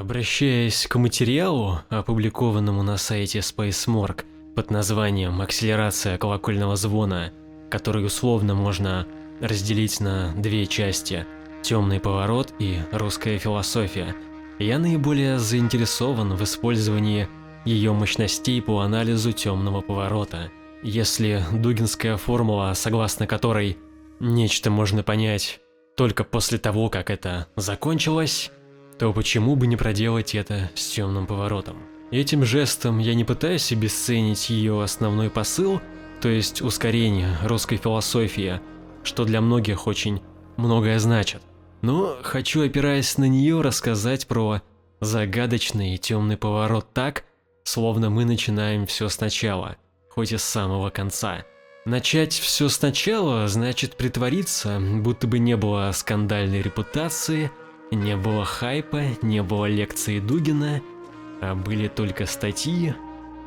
Обращаясь к материалу, опубликованному на сайте SpaceMorgue под названием «Акселерация колокольного звона», который условно можно разделить на две части – «Темный поворот» и «Русская философия», я наиболее заинтересован в использовании ее мощностей по анализу темного поворота. Если дугинская формула, согласно которой нечто можно понять только после того, как это закончилось, то почему бы не проделать это с темным поворотом? Этим жестом я не пытаюсь обесценить ее основной посыл, то есть ускорение русской философии, что для многих очень многое значит. Но хочу, опираясь на нее, рассказать про загадочный темный поворот так, словно мы начинаем все сначала, хоть и с самого конца. Начать все сначала значит притвориться, будто бы не было скандальной репутации, не было хайпа, не было лекции Дугина, а были только статьи,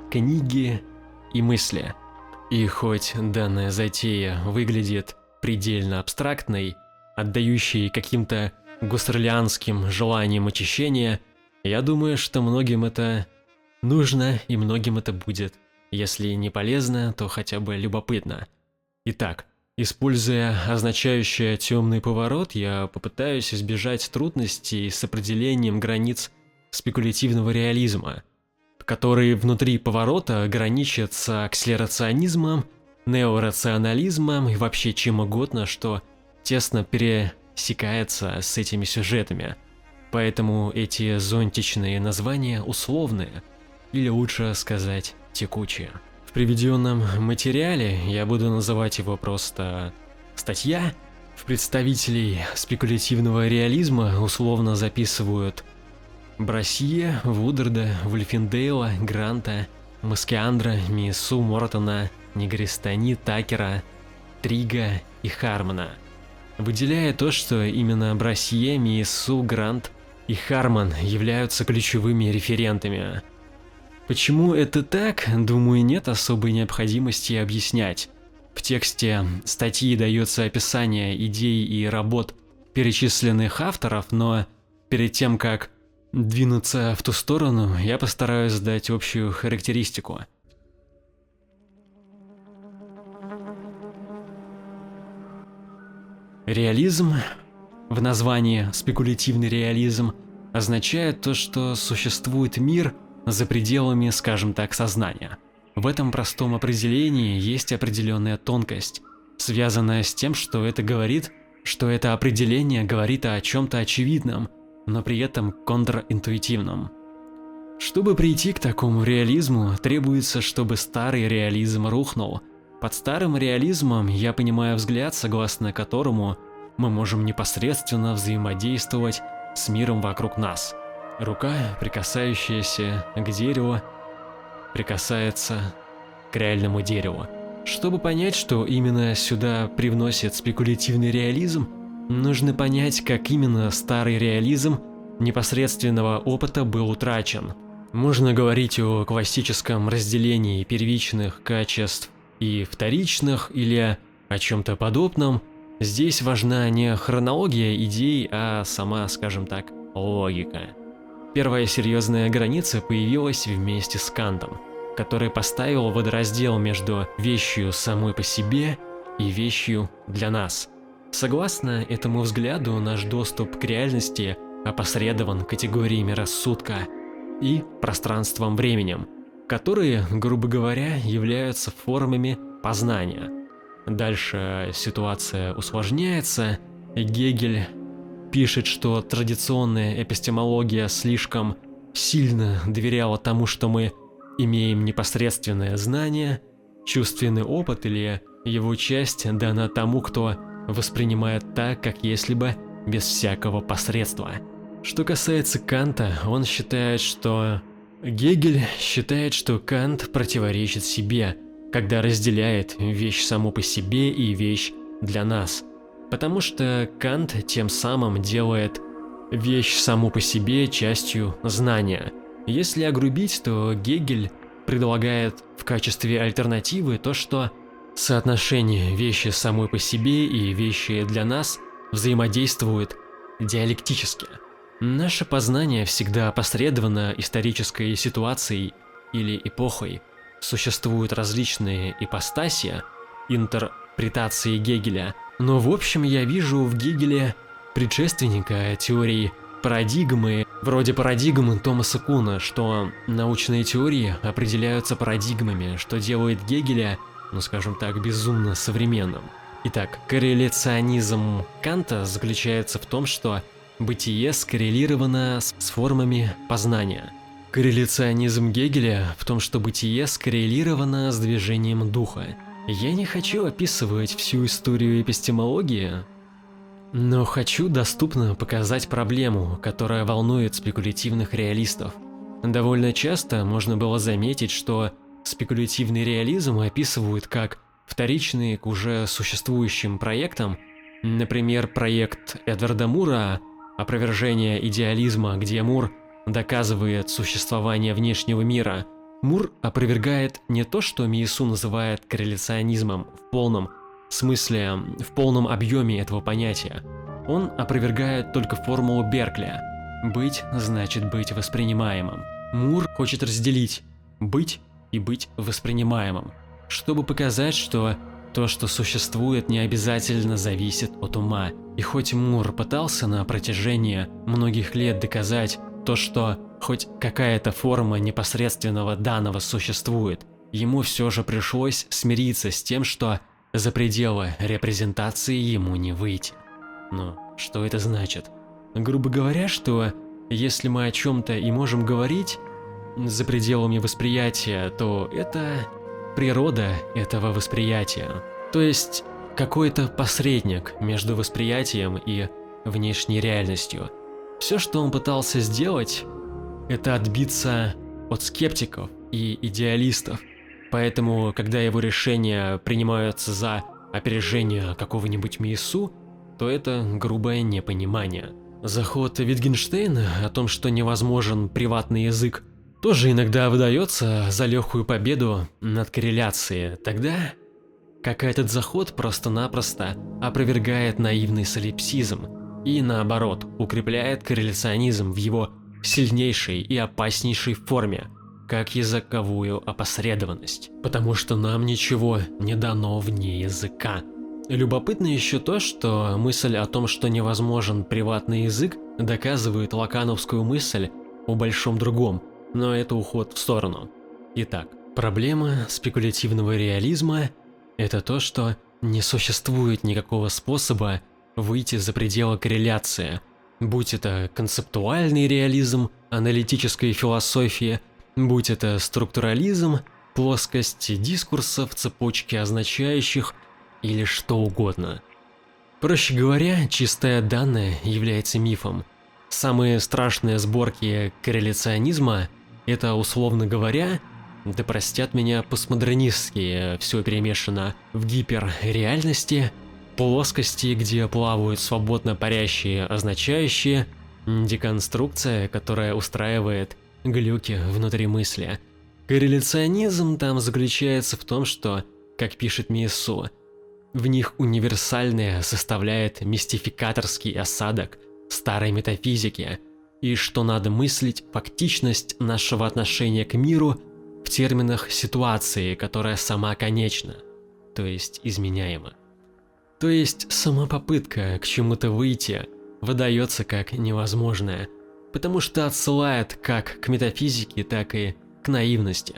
книги и мысли. И хоть данная затея выглядит предельно абстрактной, отдающей каким-то гуссерлианским желаниям очищения, я думаю, что многим это нужно и многим это будет, если не полезно, то хотя бы любопытно. Итак, используя означающее темный поворот, я попытаюсь избежать трудностей с определением границ спекулятивного реализма, который внутри поворота граничит с акселерационизмом, неорационализмом и вообще чем угодно, что тесно пересекается с этими сюжетами. Поэтому эти зонтичные названия условные, или лучше сказать, текучие. В приведенном материале я буду называть его просто «статья». В представителей спекулятивного реализма условно записывают Брассье, Вудерда, Вольфендейла, Гранта, Маскиандра, Миессу, Мортона, Негристани, Такера, Трига и Хармана, выделяя то, что именно Брассье, Миессу, Грант и Харман являются ключевыми референтами. Почему это так, думаю, нет особой необходимости объяснять. В тексте статьи дается описание идей и работ перечисленных авторов, но перед тем, как двинуться в ту сторону, я постараюсь дать общую характеристику. Реализм, в названии спекулятивный реализм, означает то, что существует мир за пределами, скажем так, сознания. В этом простом определении есть определенная тонкость, связанная с тем, что это определение говорит о чем-то очевидном, но при этом контринтуитивном. Чтобы прийти к такому реализму, требуется, чтобы старый реализм рухнул. Под старым реализмом я понимаю взгляд, согласно которому мы можем непосредственно взаимодействовать с миром вокруг нас. Рука, прикасающаяся к дереву, прикасается к реальному дереву. Чтобы понять, что именно сюда привносит спекулятивный реализм, нужно понять, как именно старый реализм непосредственного опыта был утрачен. Можно говорить о классическом разделении первичных качеств и вторичных или о чем-то подобном. Здесь важна не хронология идей, а сама, скажем так, логика. Первая серьезная граница появилась вместе с Кантом, который поставил водораздел между вещью самой по себе и вещью для нас. Согласно этому взгляду, наш доступ к реальности опосредован категориями рассудка и пространством-временем, которые, грубо говоря, являются формами познания. Дальше ситуация усложняется, и Гегель пишет, что традиционная эпистемология слишком сильно доверяла тому, что мы имеем непосредственное знание, чувственный опыт или его часть дана тому, кто воспринимает так, как если бы без всякого посредства. Что касается Канта, Гегель считает, что Кант противоречит себе, когда разделяет вещь саму по себе и вещь для нас. Потому что Кант тем самым делает вещь саму по себе частью знания. Если огрубить, то Гегель предлагает в качестве альтернативы то, что соотношение вещи самой по себе и вещи для нас взаимодействует диалектически. Наше познание всегда опосредовано исторической ситуацией или эпохой. Существуют различные ипостаси, интерпретации Гегеля, но в общем я вижу в Гегеле предшественника теории парадигмы, вроде парадигмы Томаса Куна, что научные теории определяются парадигмами, что делает Гегеля, ну скажем так, безумно современным. Итак, корреляционизм Канта заключается в том, что бытие скоррелировано с формами познания. Корреляционизм Гегеля в том, что бытие скоррелировано с движением духа. Я не хочу описывать всю историю эпистемологии, но хочу доступно показать проблему, которая волнует спекулятивных реалистов. Довольно часто можно было заметить, что спекулятивный реализм описывают как вторичный к уже существующим проектам, например, проект Эдварда Мура «Опровержение идеализма», где Мур доказывает существование внешнего мира. Мур опровергает не то, что Миесу называет корреляционизмом в полном смысле, в полном объеме этого понятия. Он опровергает только формулу Беркли. Быть значит быть воспринимаемым. Мур хочет разделить быть и быть воспринимаемым, чтобы показать, что то, что существует, не обязательно зависит от ума. И хоть Мур пытался на протяжении многих лет доказать то, что хоть какая-то форма непосредственного данного существует, ему все же пришлось смириться с тем, что за пределы репрезентации ему не выйти. Но что это значит? Грубо говоря, что если мы о чем-то и можем говорить за пределами восприятия, то это природа этого восприятия. То есть какой-то посредник между восприятием и внешней реальностью. Все, что он пытался сделать, это отбиться от скептиков и идеалистов. Поэтому, когда его решения принимаются за опережение какого-нибудь Миесу, то это грубое непонимание. Заход Витгенштейна о том, что невозможен приватный язык, тоже иногда выдается за легкую победу над корреляцией, тогда как этот заход просто-напросто опровергает наивный солипсизм и, наоборот, укрепляет корреляционизм в его сильнейшей и опаснейшей форме, как языковую опосредованность, потому что нам ничего не дано вне языка. Любопытно еще то, что мысль о том, что невозможен приватный язык, доказывает лакановскую мысль о большом другом, но это уход в сторону. Итак, проблема спекулятивного реализма – это то, что не существует никакого способа выйти за пределы корреляции, будь это концептуальный реализм, аналитическая философия, будь это структурализм, плоскость дискурсов, цепочки означающих или что угодно. Проще говоря, чистое данное является мифом. Самые страшные сборки корреляционизма – это, условно говоря, да простят меня постмодернистские, все перемешано в гиперреальности, плоскости, где плавают свободно парящие означающие, деконструкция, которая устраивает глюки внутри мысли. Корреляционизм там заключается в том, что, как пишет Миесу, в них универсальное составляет мистификаторский осадок старой метафизики, и что надо мыслить фактичность нашего отношения к миру в терминах ситуации, которая сама конечна, то есть изменяема. То есть сама попытка к чему-то выйти выдается как невозможная, потому что отсылает как к метафизике, так и к наивности.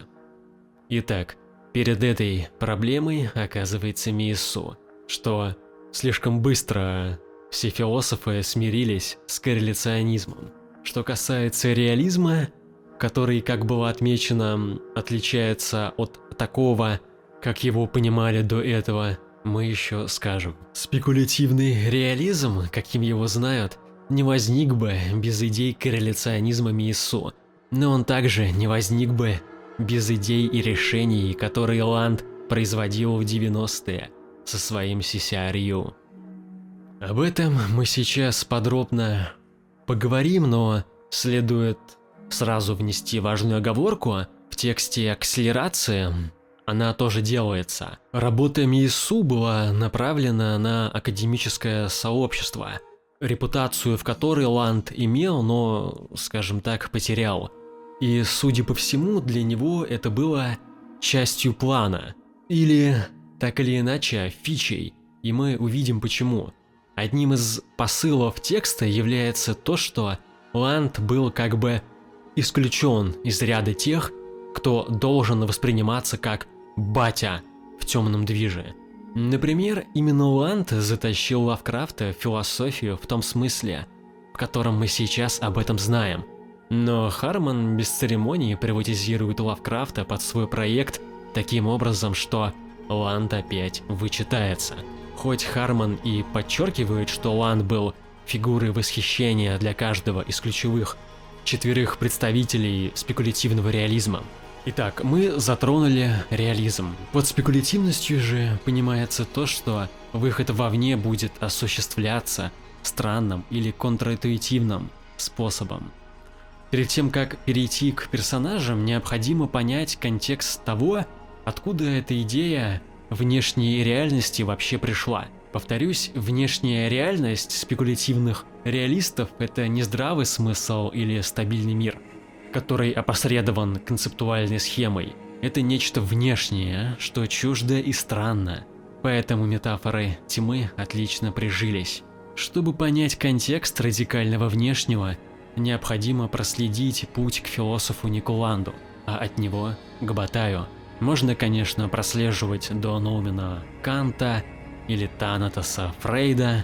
Итак, перед этой проблемой оказывается Миесу, что слишком быстро все философы смирились с корреляционизмом. Что касается реализма, который, как было отмечено, отличается от такого, как его понимали до этого, мы еще скажем. Спекулятивный реализм, каким его знают, не возник бы без идей корреляционизма Миесу, но он также не возник бы без идей и решений, которые Ланд производил в 90-е со своим CCRU. Об этом мы сейчас подробно поговорим, но следует сразу внести важную оговорку. В тексте акселерации она тоже делается. Работа Миесу была направлена на академическое сообщество. репутацию в которой Ланд имел, но, скажем так, потерял. И, судя по всему, для него это было частью плана. Или, так или иначе, фичей. И мы увидим почему. Одним из посылов текста является то, что Ланд был как бы исключен из ряда тех, кто должен восприниматься как батя в темном движе. Например, именно Ланд затащил Лавкрафта в философию в том смысле, в котором мы сейчас об этом знаем. Но Харман без церемонии приватизирует Лавкрафта под свой проект таким образом, что Ланд опять вычитается. Хоть Харман и подчеркивает, что Ланд был фигурой восхищения для каждого из ключевых 4 представителей спекулятивного реализма. Итак, мы затронули реализм. Под спекулятивностью же понимается то, что выход вовне будет осуществляться странным или контринтуитивным способом. Перед тем, как перейти к персонажам, необходимо понять контекст того, откуда эта идея внешней реальности вообще пришла. Повторюсь, внешняя реальность спекулятивных реалистов – это не здравый смысл или стабильный мир, который опосредован концептуальной схемой. Это нечто внешнее, что чуждо и странно. Поэтому метафоры тьмы отлично прижились. Чтобы понять контекст радикального внешнего, необходимо проследить путь к философу Николанду, а от него к Батаю. Можно, конечно, прослеживать до Ноумена Канта или Танатоса Фрейда.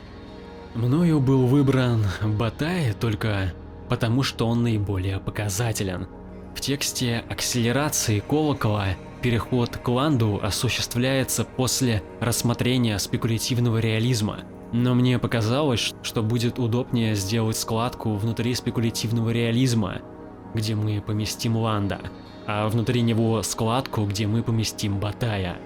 Мною был выбран Батай только потому, что он наиболее показателен. В тексте акселерации колокола переход к Ланду осуществляется после рассмотрения спекулятивного реализма. Но мне показалось, что будет удобнее сделать складку внутри спекулятивного реализма, где мы поместим Ланда, а внутри него складку, где мы поместим Батая.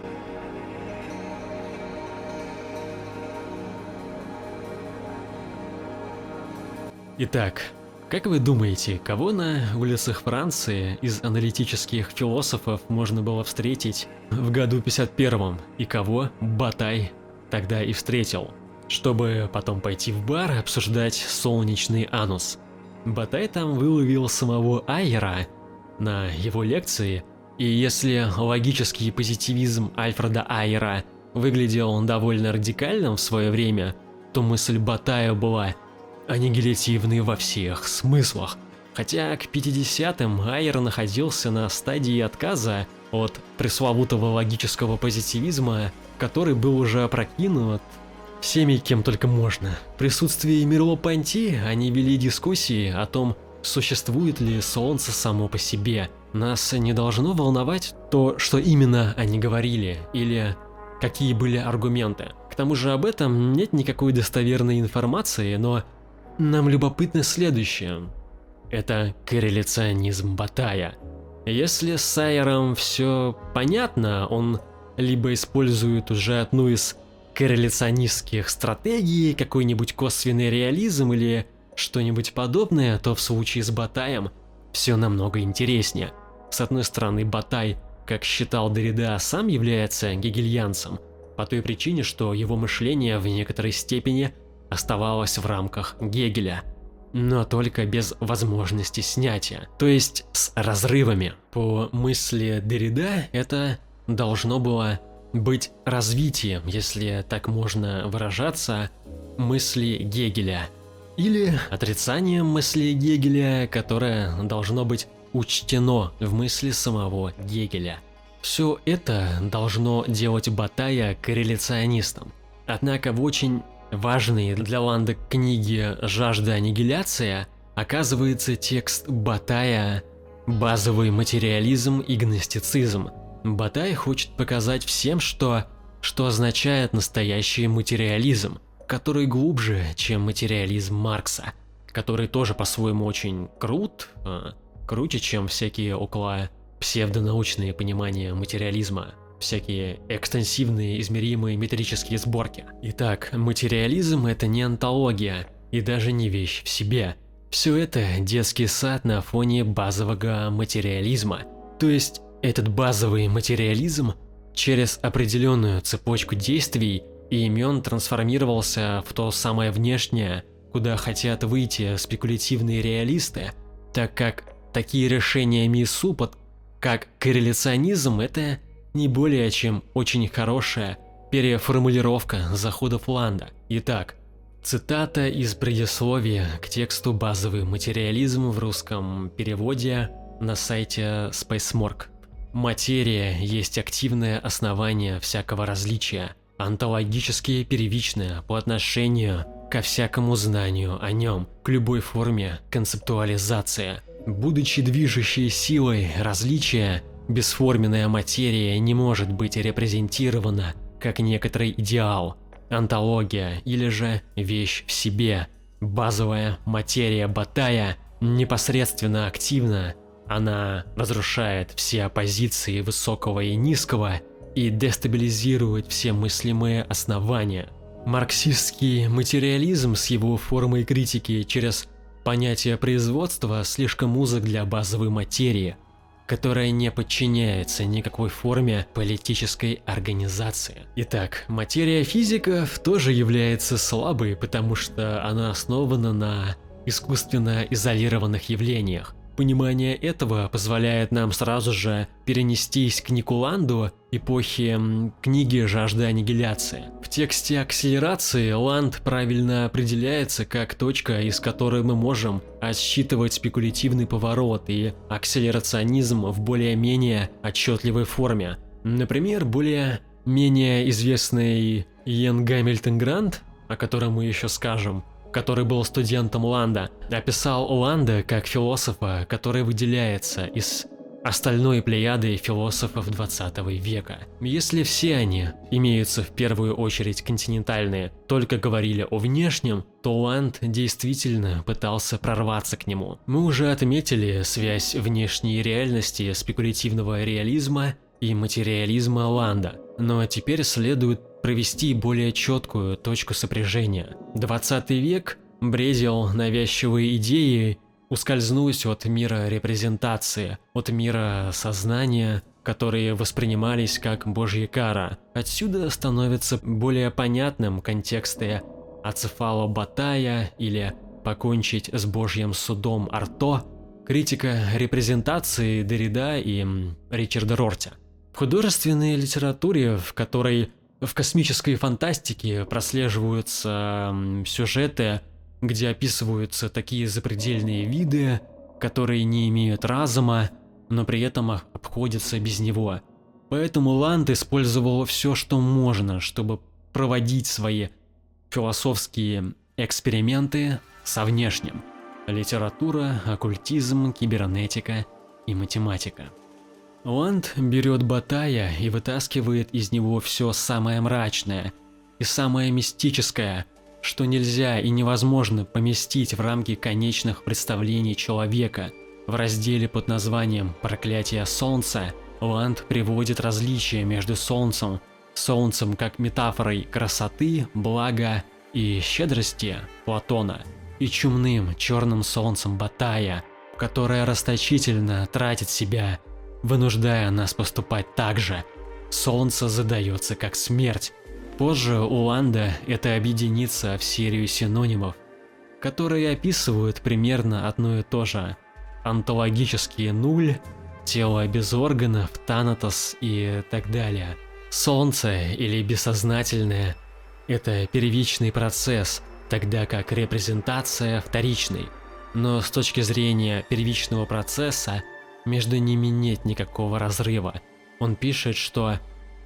Итак, как вы думаете, кого на улицах Франции из аналитических философов можно было встретить в году 51-м, и кого Батай тогда и встретил, чтобы потом пойти в бар и обсуждать солнечный анус? Батай там выловил самого Айера на его лекции, и если логический позитивизм Альфреда Айера выглядел довольно радикальным в свое время, то мысль Батая была аннигилятивной во всех смыслах. Хотя к 50-м Айер находился на стадии отказа от пресловутого логического позитивизма, который был уже опрокинут всеми, кем только можно. В присутствии Мерло-Понти они вели дискуссии о том, существует ли Солнце само по себе. Нас не должно волновать то, что именно они говорили, или какие были аргументы. К тому же об этом нет никакой достоверной информации, но нам любопытно следующее. Это корреляционизм Батая. Если с Айером все понятно, он либо использует уже одну из корреляционистских стратегий, какой-нибудь косвенный реализм или что-нибудь подобное, то в случае с Батаем все намного интереснее. С одной стороны, Батай, как считал Derrida, сам является гегельянцем, по той причине, что его мышление в некоторой степени оставалось в рамках Гегеля, но только без возможности снятия, то есть с разрывами. По мысли Derrida это должно было быть развитием, если так можно выражаться, мысли Гегеля, или отрицанием мысли Гегеля, которое должно быть учтено в мысли самого Гегеля. Все это должно делать Батая корреляционистом. Однако в очень важной для Ланда книге «Жажда аннигиляция» оказывается текст Батая «Базовый материализм и гностицизм». Батай хочет показать всем, что означает настоящий материализм, который глубже, чем материализм Маркса, который тоже по-своему очень круче, чем всякие около псевдонаучные понимания материализма, всякие экстенсивные измеримые метрические сборки. Итак, материализм — это не онтология и даже не вещь в себе. Все это детский сад на фоне базового материализма. То есть этот базовый материализм через определенную цепочку действий и имен трансформировался в то самое внешнее, куда хотят выйти спекулятивные реалисты, так как такие решения МИСУ, как корреляционизм, это не более чем очень хорошая переформулировка заходов Ланда. Итак, цитата из предисловия к тексту «Базовый материализм» в русском переводе на сайте SpaceMorg. Материя есть активное основание всякого различия, онтологически первичное по отношению ко всякому знанию о нем, к любой форме концептуализации. Будучи движущей силой различия, бесформенная материя не может быть репрезентирована как некоторый идеал, онтология или же вещь в себе. Базовая материя Батая непосредственно активна, она разрушает все оппозиции высокого и низкого и дестабилизирует все мыслимые основания. Марксистский материализм с его формой критики через понятие производства слишком узок для базовой материи, которая не подчиняется никакой форме политической организации. Итак, материя физиков тоже является слабой, потому что она основана на искусственно изолированных явлениях. Понимание этого позволяет нам сразу же перенестись к Нику Ланду эпохи книги «Жажда аннигиляции». В тексте акселерации Ланд правильно определяется как точка, из которой мы можем отсчитывать спекулятивный поворот и акселерационизм в более-менее отчетливой форме. Например, более-менее известный Иэн Гамильтон Грант, о котором мы еще скажем, который был студентом Ланда, описал Ланда как философа, который выделяется из остальной плеяды философов 20 века. Если все они, имеются в первую очередь континентальные, только говорили о внешнем, то Ланд действительно пытался прорваться к нему. Мы уже отметили связь внешней реальности спекулятивного реализма и материализма Ланда, но теперь следует провести более четкую точку сопряжения. 20 век бредил навязчивой идеей ускользнуть от мира репрезентации, от мира сознания, которые воспринимались как божья кара. Отсюда становится более понятным контексты Ацефала Батая или «Покончить с божьим судом Арто», критика репрезентации Деррида и Ричарда Рорти. В художественной литературе, в которой в космической фантастике прослеживаются сюжеты, где описываются такие запредельные виды, которые не имеют разума, но при этом обходятся без него. Поэтому Ланд использовал все, что можно, чтобы проводить свои философские эксперименты со внешним. Литература, оккультизм, кибернетика и математика. Ланд берет Батая и вытаскивает из него все самое мрачное и самое мистическое, что нельзя и невозможно поместить в рамки конечных представлений человека. В разделе под названием «Проклятие Солнца» Ланд приводит различия между Солнцем как метафорой красоты, блага и щедрости Платона, и чумным черным солнцем Батая, которое расточительно тратит себя, вынуждая нас поступать так же. Солнце задается как смерть. Позже у Ланда это объединится в серию синонимов, которые описывают примерно одно и то же. Онтологический нуль, тело без органов, Танатос и так далее. Солнце или бессознательное – это первичный процесс, тогда как репрезентация вторичный. Но с точки зрения первичного процесса между ними нет никакого разрыва. Он пишет, что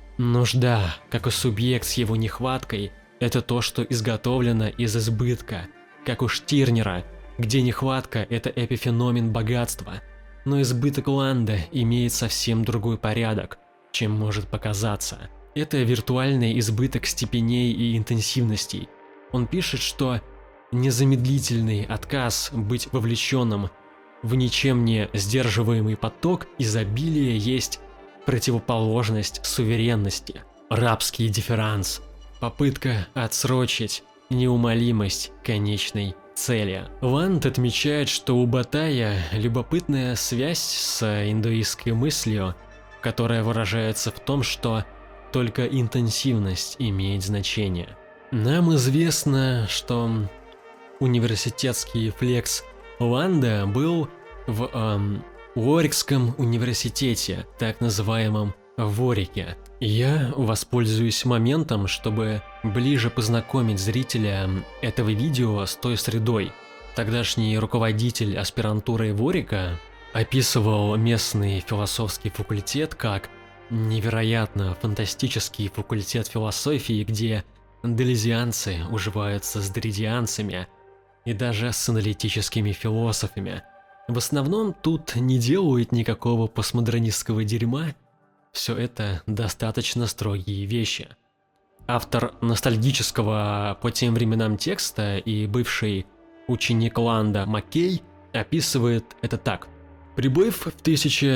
нужда, как и субъект с его нехваткой, это то, что изготовлено из избытка, как у Штирнера, где нехватка – это эпифеномен богатства. Но избыток Ланда имеет совсем другой порядок, чем может показаться. Это виртуальный избыток степеней и интенсивностей. Он пишет, что незамедлительный отказ быть вовлеченным в ничем не сдерживаемый поток изобилия есть противоположность суверенности, рабский дифферанс, попытка отсрочить неумолимость конечной цели. Ланд отмечает, что у Батая любопытная связь с индуистской мыслью, которая выражается в том, что только интенсивность имеет значение. Нам известно, что университетский флекс Ланда был в Уорикском университете, так называемом Ворике. Я воспользуюсь моментом, чтобы ближе познакомить зрителя этого видео с той средой. Тогдашний руководитель аспирантуры Ворика описывал местный философский факультет как невероятно фантастический факультет философии, где делезианцы уживаются с деридианцами и даже с аналитическими философами. В основном тут не делают никакого постмодернистского дерьма, все это достаточно строгие вещи. Автор ностальгического по тем временам текста и бывший ученик Ланда Маккей описывает это так. Прибыв в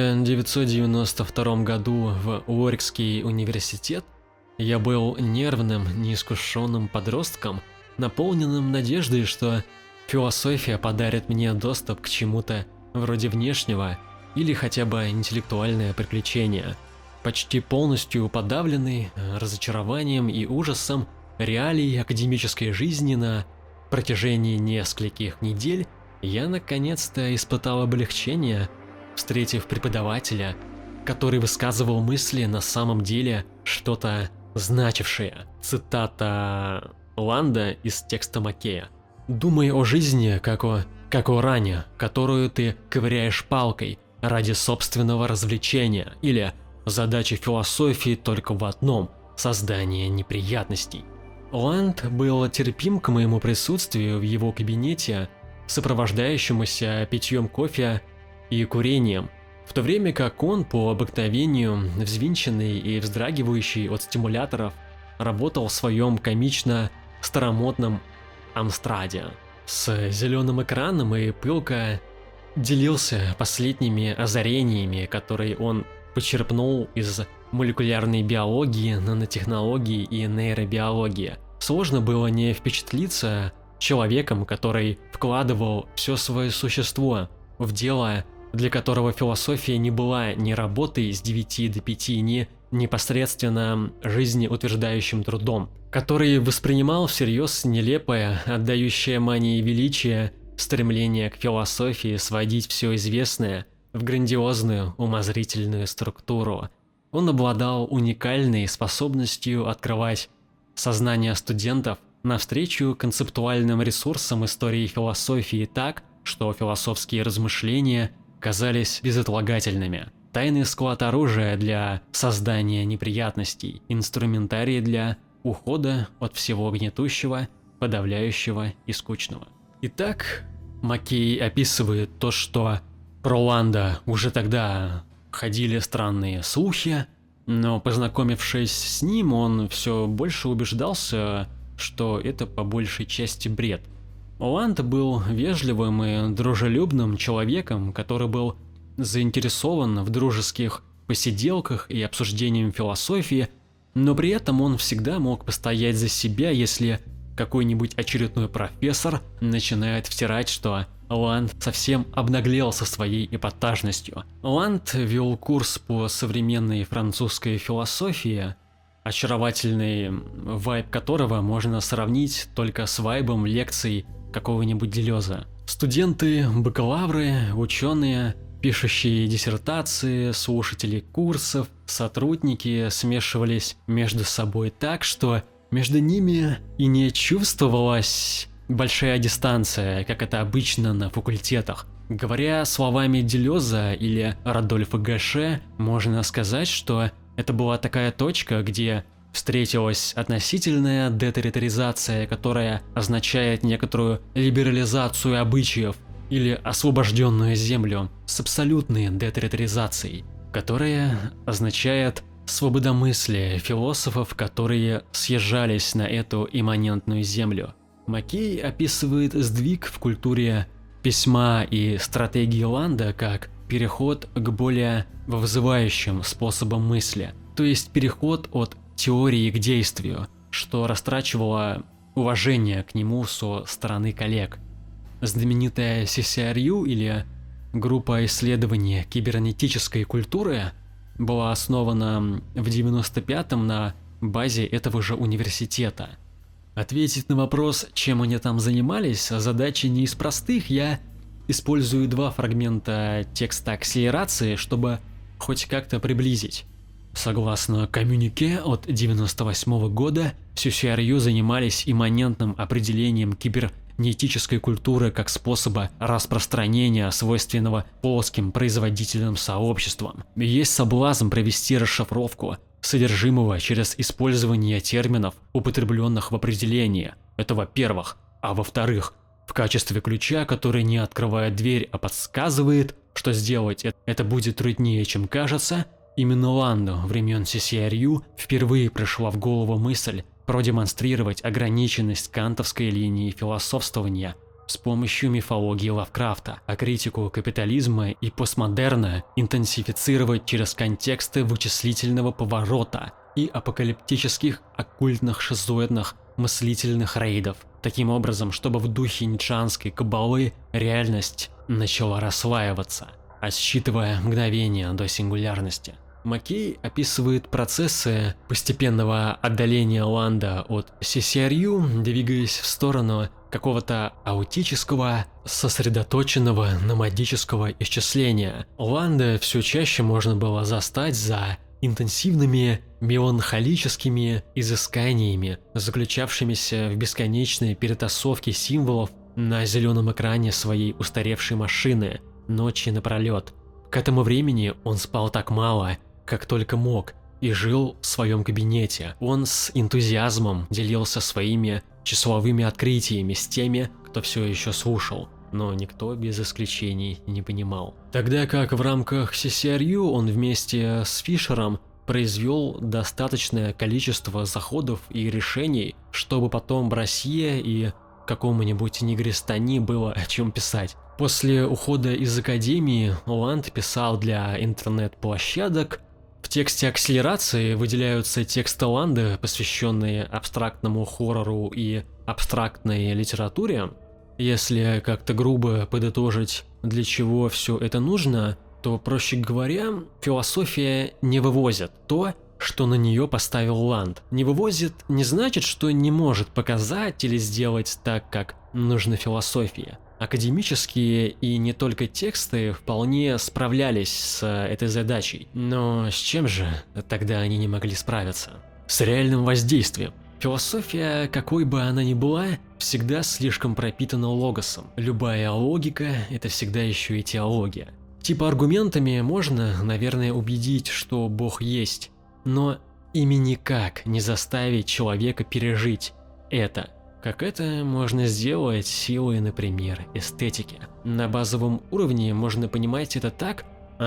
1992 году в Уорикский университет, я был нервным, неискушенным подростком, наполненным надеждой, что философия подарит мне доступ к чему-то вроде внешнего или хотя бы интеллектуальное приключение. Почти полностью подавленный разочарованием и ужасом реалий академической жизни на протяжении нескольких недель, я наконец-то испытал облегчение, встретив преподавателя, который высказывал мысли на самом деле что-то значившее. Цитата Ланда из текста Маккея. «Думай о жизни, как о ране, которую ты ковыряешь палкой ради собственного развлечения, или задача философии только в одном – создание неприятностей». Ланд был терпим к моему присутствию в его кабинете, сопровождающемуся питьем кофе и курением, в то время как он по обыкновению, взвинченный и вздрагивающий от стимуляторов, работал в своем комично-старомодном Амстраде с зеленым экраном и пылко делился последними озарениями, которые он почерпнул из молекулярной биологии, нанотехнологии и нейробиологии. Сложно было не впечатлиться человеком, который вкладывал все свое существо в дело, для которого философия не была ни работой с 9 до 5, ни непосредственно жизнеутверждающим трудом, который воспринимал всерьез нелепое, отдающее мании величия, стремление к философии сводить все известное в грандиозную умозрительную структуру. Он обладал уникальной способностью открывать сознание студентов навстречу концептуальным ресурсам истории философии так, что философские размышления казались безотлагательными. Тайный склад оружия для создания неприятностей, инструментарий для ухода от всего гнетущего, подавляющего и скучного. Итак, Маккей описывает то, что про Ланда уже тогда ходили странные слухи, но познакомившись с ним, он все больше убеждался, что это по большей части бред. Ланд был вежливым и дружелюбным человеком, который был заинтересован в дружеских посиделках и обсуждением философии, но при этом он всегда мог постоять за себя, если какой-нибудь очередной профессор начинает втирать, что Ланд совсем обнаглел со своей эпатажностью. Ланд вел курс по современной французской философии, очаровательный вайб которого можно сравнить только с вайбом лекций какого-нибудь Делеза. Студенты, бакалавры, ученые, пишущие диссертации, слушатели курсов, сотрудники смешивались между собой так, что между ними и не чувствовалась большая дистанция, как это обычно на факультетах. Говоря словами Делеза или Родольфа Гаше, можно сказать, что это была такая точка, где встретилась относительная детерриторизация, которая означает некоторую либерализацию обычаев, или освобожденную землю, с абсолютной детерриторизацией, которая означает свободомыслие философов, которые съезжались на эту имманентную землю. Маккей описывает сдвиг в культуре письма и стратегии Ланда как переход к более вызывающим способам мысли, то есть переход от теории к действию, что растрачивало уважение к нему со стороны коллег. Знаменитая CCRU или группа исследований кибернетической культуры была основана в 1995-м на базе этого же университета. Ответить на вопрос, чем они там занимались, задача не из простых. Я использую два фрагмента текста акселерации, чтобы хоть как-то приблизить. Согласно коммюнике от 1998 года, CCRU занимались имманентным определением кибернетической культуры как способа распространения, свойственного плоским производительным сообществам. Есть соблазн провести расшифровку содержимого через использование терминов, употребленных в определении. Это во-первых. А во-вторых, в качестве ключа, который не открывает дверь, а подсказывает, что сделать это будет труднее, чем кажется, именно Ланду времен CCRU впервые пришла в голову мысль продемонстрировать ограниченность кантовской линии философствования с помощью мифологии Лавкрафта, а критику капитализма и постмодерна интенсифицировать через контексты вычислительного поворота и апокалиптических оккультных шизоидных мыслительных рейдов, таким образом, чтобы в духе ницшеанской каббалы реальность начала рассваиваться, отсчитывая мгновение до сингулярности. Маккей описывает процессы постепенного отдаления Ланда от CCRU, двигаясь в сторону какого-то аутического, сосредоточенного номадического исчисления. Ланда все чаще можно было застать за интенсивными меланхолическими изысканиями, заключавшимися в бесконечной перетасовке символов на зеленом экране своей устаревшей машины ночи напролет. К этому времени он спал так мало, как только мог, и жил в своем кабинете. Он с энтузиазмом делился своими числовыми открытиями с теми, кто все еще слушал, но никто без исключений не понимал. Тогда как в рамках CCRU он вместе с Фишером произвел достаточное количество заходов и решений, чтобы потом Брассье и какому-нибудь Негристани было о чем писать. После ухода из академии Ланд писал для интернет-площадок. В тексте акселерации выделяются тексты Ланда, посвященные абстрактному хоррору и абстрактной литературе. Если как-то грубо подытожить, для чего все это нужно, то, проще говоря, философия не вывозит то, что на нее поставил Ланд. Не вывозит не значит, что не может показать или сделать так, как нужно философии. Академические и не только тексты вполне справлялись с этой задачей. Но с чем же тогда они не могли справиться? С реальным воздействием. Философия, какой бы она ни была, всегда слишком пропитана логосом. Любая логика – это всегда еще и теология. Типа аргументами можно, наверное, убедить, что Бог есть, но ими никак не заставить человека пережить это. Как это можно сделать силой, например, эстетики. На базовом уровне можно понимать это так.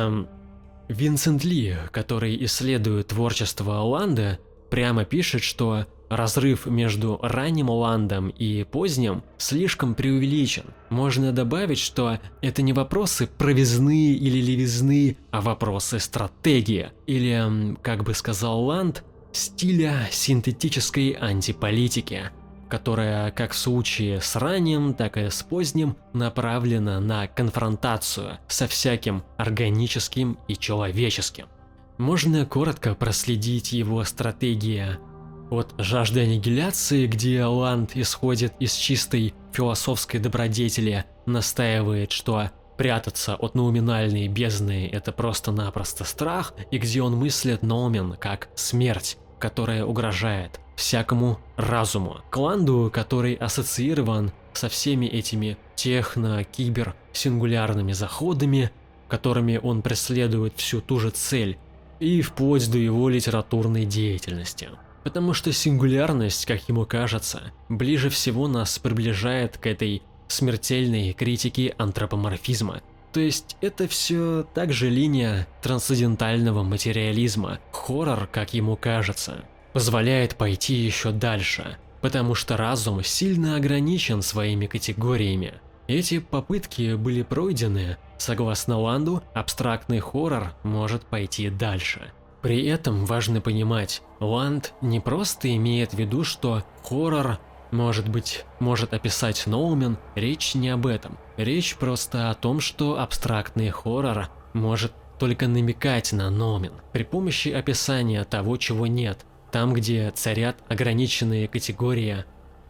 Винсент Ли, который исследует творчество Ланда, прямо пишет, что разрыв между ранним Ландом и поздним слишком преувеличен. Можно добавить, что это не вопросы провизны или левизны, а вопросы стратегии, или, как бы сказал Ланд, стиля синтетической антиполитики, которая как в случае с ранним, так и с поздним направлена на конфронтацию со всяким органическим и человеческим. Можно коротко проследить его стратегии от жажды аннигиляции, где Ланд исходит из чистой философской добродетели, настаивает, что прятаться от ноуминальной бездны – это просто-напросто страх, и где он мыслит ноумен как смерть, которая угрожает всякому разуму. К Ланду, который ассоциирован со всеми этими техно-кибер-сингулярными заходами, которыми он преследует всю ту же цель, и вплоть до его литературной деятельности. Потому что сингулярность, как ему кажется, ближе всего нас приближает к этой смертельной критике антропоморфизма. То есть это все также линия трансцендентального материализма. Хоррор, как ему кажется, позволяет пойти еще дальше, потому что разум сильно ограничен своими категориями. Эти попытки были пройдены. Согласно Ланду, абстрактный хоррор может пойти дальше. При этом важно понимать, Ланд не просто имеет в виду, что хоррор может описать ноумен, речь не об этом. Речь просто о том, что абстрактный хоррор может только намекать на ноумен при помощи описания того, чего нет. Там, где царят ограниченные категории,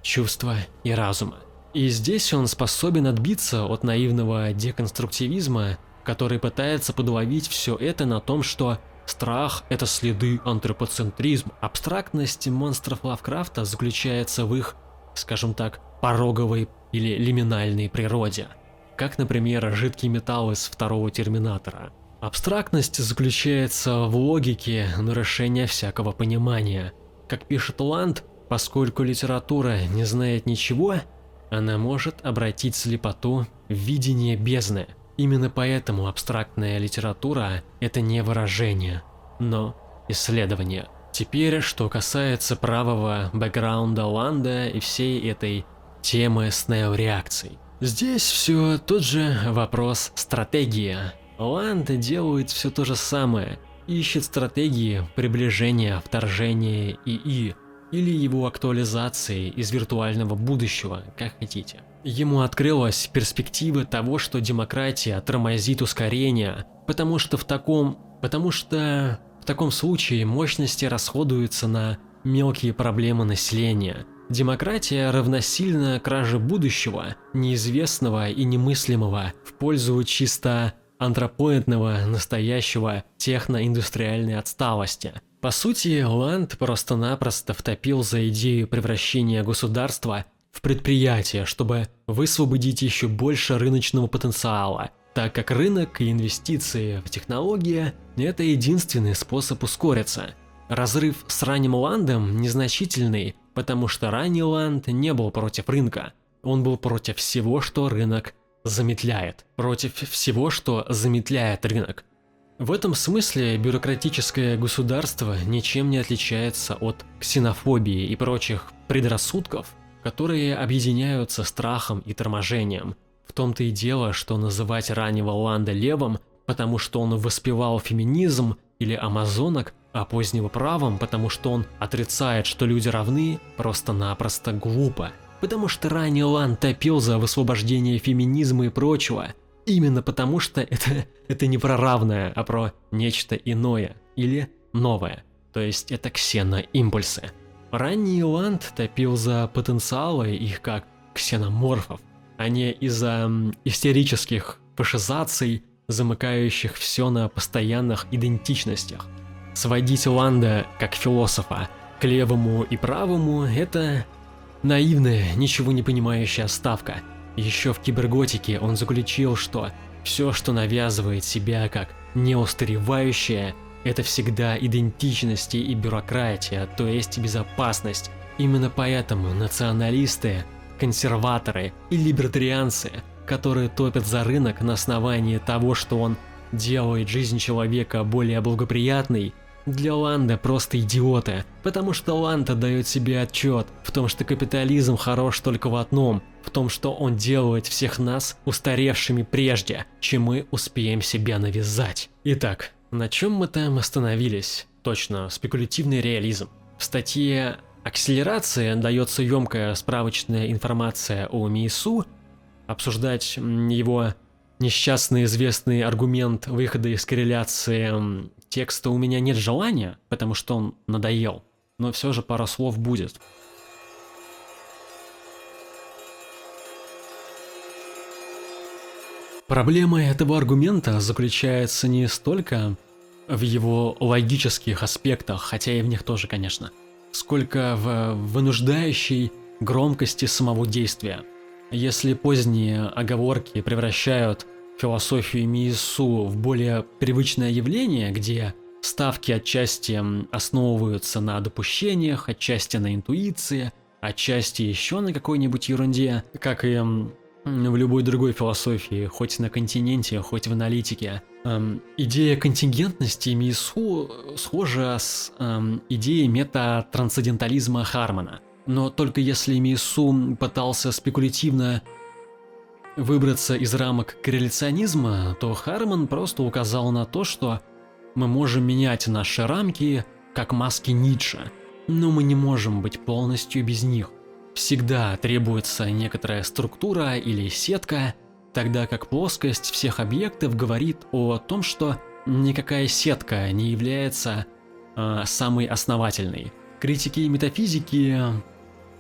чувства и разума. И здесь он способен отбиться от наивного деконструктивизма, который пытается подловить все это на том, что страх – это следы антропоцентризма. Абстрактность монстров Лавкрафта заключается в их, скажем так, пороговой или лиминальной природе, как, например, жидкий металл из второго Терминатора. Абстрактность заключается в логике нарушения всякого понимания. Как пишет Ланд, поскольку литература не знает ничего, она может обратить слепоту в видение бездны. Именно поэтому абстрактная литература – это не выражение, но исследование. Теперь, что касается правого бэкграунда Ланда и всей этой темы с неореакцией. Здесь все тот же вопрос стратегии. Ланд делает все то же самое, ищет стратегии приближения вторжения ИИ или его актуализации из виртуального будущего, как хотите. Ему открылась перспектива того, что демократия тормозит ускорение, потому что в таком случае мощности расходуются на мелкие проблемы населения. Демократия равносильна краже будущего, неизвестного и немыслимого, в пользу чисто антропоидного настоящего техноиндустриальной отсталости. По сути, Ланд просто-напросто втопил за идею превращения государства в предприятие, чтобы высвободить еще больше рыночного потенциала, так как рынок и инвестиции в технологии – это единственный способ ускориться. Разрыв с ранним Ландом незначительный, потому что ранний Ланд не был против рынка, он был против всего, что рынок замедляет, против всего, что замедляет рынок. В этом смысле бюрократическое государство ничем не отличается от ксенофобии и прочих предрассудков, которые объединяются страхом и торможением. В том-то и дело, что называть раннего Ланда левым, потому что он воспевал феминизм, или амазонок, а позднего правым, потому что он отрицает, что люди равны, просто-напросто глупо. Потому что ранний Ланд топил за высвобождение феминизма и прочего. Именно потому что это не про равное, а про нечто иное или новое. То есть это ксеноимпульсы. Ранний Ланд топил за потенциалы их как ксеноморфов, а не из-за истерических фашизаций, замыкающих все на постоянных идентичностях. Сводить Ланда как философа к левому и правому – это наивная, ничего не понимающая ставка. Еще в киберготике он заключил, что все, что навязывает себя как неустаревающее, это всегда идентичности и бюрократия, то есть безопасность. Именно поэтому националисты, консерваторы и либертарианцы, которые топят за рынок на основании того, что он делает жизнь человека более благоприятной, для Ланда просто идиоты, потому что Ланд отдает себе отчет в том, что капитализм хорош только в одном, в том, что он делает всех нас устаревшими прежде, чем мы успеем себя навязать. Итак, на чем мы там остановились? Точно, спекулятивный реализм. В статье «Акселерация» дается емкая справочная информация о Миесу. Обсуждать его несчастный известный аргумент выхода из корреляции текста у меня нет желания, потому что он надоел, но все же пара слов будет. Проблема этого аргумента заключается не столько в его логических аспектах, хотя и в них тоже, конечно, сколько в вынуждающей громкости самого действия. Если поздние оговорки превращают философию Миесу в более привычное явление, где ставки отчасти основываются на допущениях, отчасти на интуиции, отчасти еще на какой-нибудь ерунде, как и в любой другой философии, хоть на континенте, хоть в аналитике. Идея контингентности Миесу схожа с идеей мета-трансцендентализма Хармана. Но только если Миесу пытался спекулятивно выбраться из рамок корреляционизма, то Харман просто указал на то, что мы можем менять наши рамки, как маски Ницше, но мы не можем быть полностью без них. Всегда требуется некоторая структура или сетка, тогда как плоскость всех объектов говорит о том, что никакая сетка не является самой основательной. Критики метафизики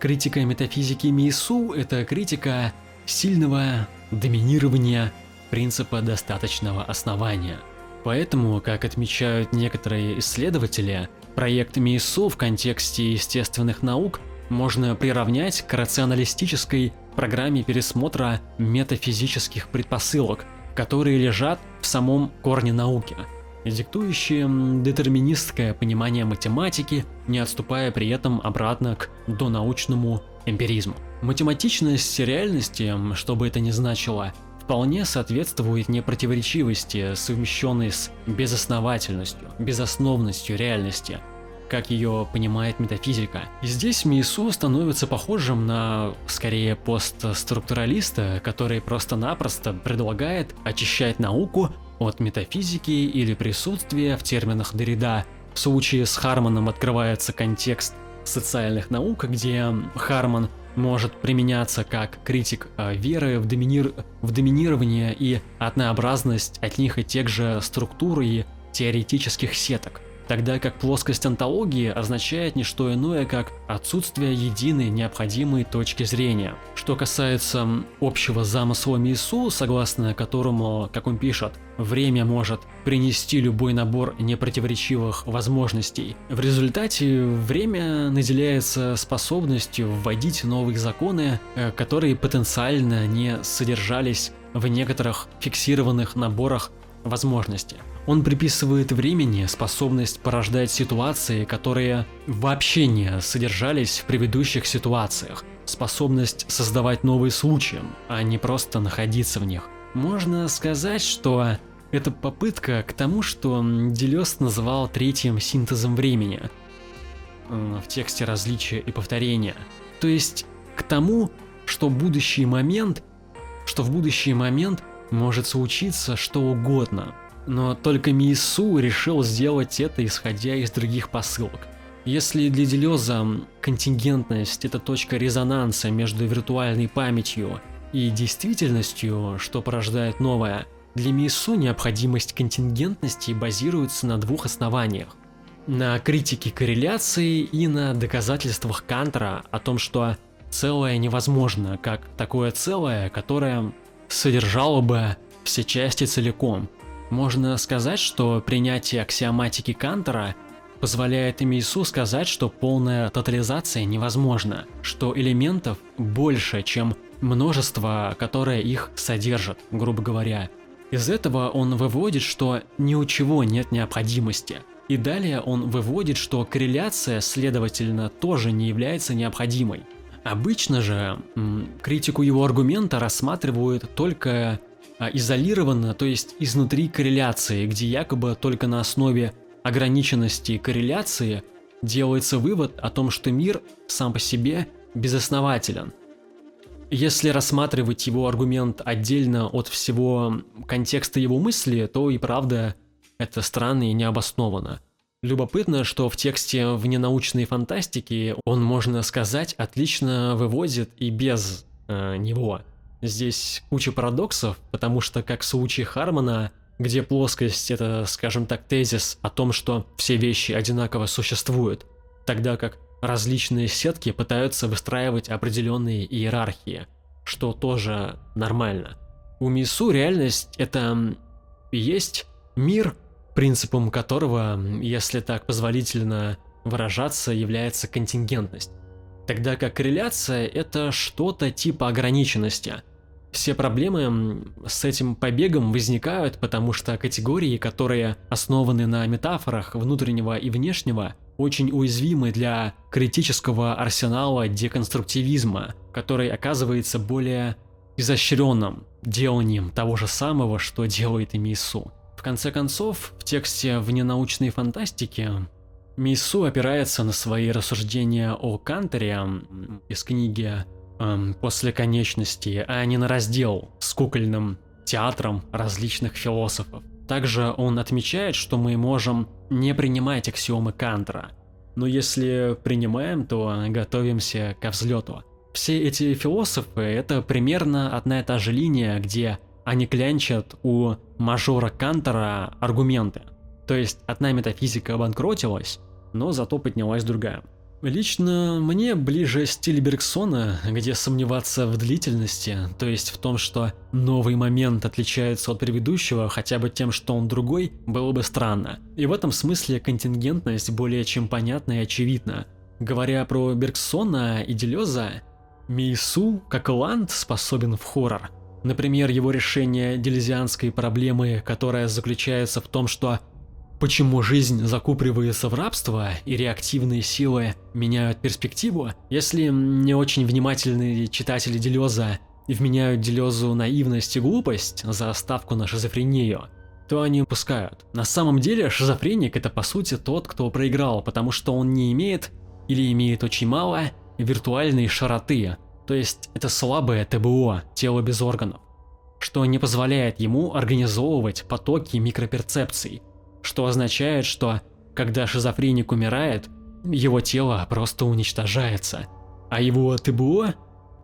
Критика метафизики Миису – это критика сильного доминирования принципа достаточного основания. Поэтому, как отмечают некоторые исследователи, проект Миису в контексте естественных наук можно приравнять к рационалистической программе пересмотра метафизических предпосылок, которые лежат в самом корне науки, диктующие детерминистское понимание математики, не отступая при этом обратно к донаучному эмпиризму. Математичность реальности, что бы это ни значило, вполне соответствует непротиворечивости, совмещенной с безосновательностью, безосновностью реальности, как ее понимает метафизика. И здесь Миису становится похожим на, скорее, постструктуралиста, который просто-напросто предлагает очищать науку от метафизики или присутствия в терминах Деррида. В случае с Харманом открывается контекст социальных наук, где Харман может применяться как критик веры в доминирование и однообразность одних и тех же структур и теоретических сеток, тогда как плоскость онтологии означает не что иное, как отсутствие единой необходимой точки зрения. Что касается общего замысла Миису, согласно которому, как он пишет, время может принести любой набор непротиворечивых возможностей. В результате время наделяется способностью вводить новые законы, которые потенциально не содержались в некоторых фиксированных наборах возможностей. Он приписывает времени способность порождать ситуации, которые вообще не содержались в предыдущих ситуациях, способность создавать новые случаи, а не просто находиться в них. Можно сказать, что это попытка к тому, что Делез называл третьим синтезом времени в тексте «Различия и повторения», то есть к тому, что в будущий момент может случиться что угодно. Но только Миису решил сделать это, исходя из других посылок. Если для Делеза контингентность – это точка резонанса между виртуальной памятью и действительностью, что порождает новое, для Миису необходимость контингентности базируется на двух основаниях. На критике корреляции и на доказательствах Кантера о том, что целое невозможно, как такое целое, которое содержало бы все части целиком. Можно сказать, что принятие аксиоматики Кантера позволяет Миису сказать, что полная тотализация невозможна, что элементов больше, чем множество, которое их содержит, грубо говоря. Из этого он выводит, что ни у чего нет необходимости. И далее он выводит, что корреляция, следовательно, тоже не является необходимой. Обычно же критику его аргумента рассматривают только изолированно, то есть изнутри корреляции, где якобы только на основе ограниченности корреляции делается вывод о том, что мир сам по себе безоснователен. Если рассматривать его аргумент отдельно от всего контекста его мысли, то и правда это странно и необоснованно. Любопытно, что в тексте вненаучной фантастики он, можно сказать, отлично выводит и без него. Здесь куча парадоксов, потому что, как в случае Хармана, где плоскость – это, скажем так, тезис о том, что все вещи одинаково существуют, тогда как различные сетки пытаются выстраивать определенные иерархии, что тоже нормально. У Миису реальность – это и есть мир, принципом которого, если так позволительно выражаться, является контингентность, тогда как корреляция – это что-то типа ограниченности. Все проблемы с этим побегом возникают, потому что категории, которые основаны на метафорах внутреннего и внешнего, очень уязвимы для критического арсенала деконструктивизма, который оказывается более изощренным деланием того же самого, что делает и Миису. В конце концов, в тексте вненаучной фантастики Миису опирается на свои рассуждения о Кантере из книги «После конечности», а не на раздел с кукольным театром различных философов. Также он отмечает, что мы можем не принимать аксиомы Кантера, но если принимаем, то готовимся ко взлету. Все эти философы – это примерно одна и та же линия, где они клянчат у мажора Кантера аргументы. То есть одна метафизика обанкротилась, но зато поднялась другая. Лично мне ближе стиль Бергсона, где сомневаться в длительности, то есть в том, что новый момент отличается от предыдущего хотя бы тем, что он другой, было бы странно. И в этом смысле контингентность более чем понятна и очевидна. Говоря про Бергсона и Делеза, Мейсу, как и Ланд, способен в хоррор. Например, его решение делезианской проблемы, которая заключается в том, что почему жизнь закупоривается в рабство и реактивные силы меняют перспективу, если не очень внимательные читатели Делеза вменяют Делезу наивность и глупость за ставку на шизофрению, то они упускают. На самом деле шизофреник — это по сути тот, кто проиграл, потому что он не имеет или имеет очень мало виртуальной широты, то есть это слабое ТБО, тело без органов, что не позволяет ему организовывать потоки микроперцепций, что означает, что когда шизофреник умирает, его тело просто уничтожается, а его ТБО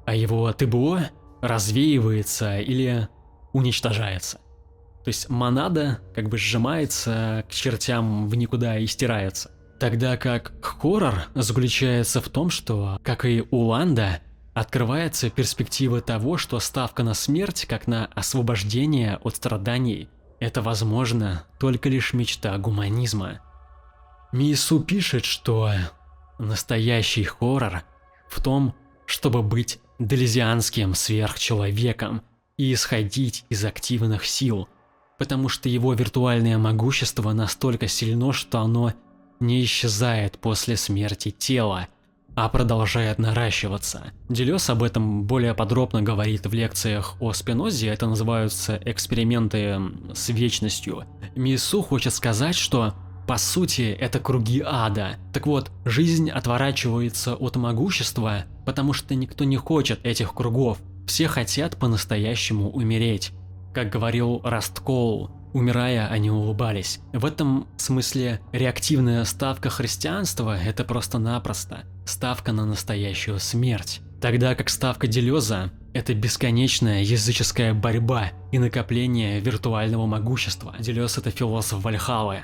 развеивается или уничтожается. То есть монада как бы сжимается к чертям в никуда и стирается. Тогда как хоррор заключается в том, что, как и у Ланда, открывается перспектива того, что ставка на смерть, как на освобождение от страданий, это возможно только лишь мечта гуманизма. Мейсу пишет, что настоящий хоррор в том, чтобы быть делезианским сверхчеловеком и исходить из активных сил, потому что его виртуальное могущество настолько сильно, что оно не исчезает после смерти тела, а продолжает наращиваться. Делез об этом более подробно говорит в лекциях о Спинозе, это называются эксперименты с вечностью. Мейсу хочет сказать, что по сути это круги ада. Так вот, жизнь отворачивается от могущества, потому что никто не хочет этих кругов, все хотят по-настоящему умереть. Как говорил Раст Коул, умирая, они улыбались. В этом смысле реактивная ставка христианства – это просто-напросто ставка на настоящую смерть. Тогда как ставка Делеза – это бесконечная языческая борьба и накопление виртуального могущества. Делез – это философ Вальхаллы.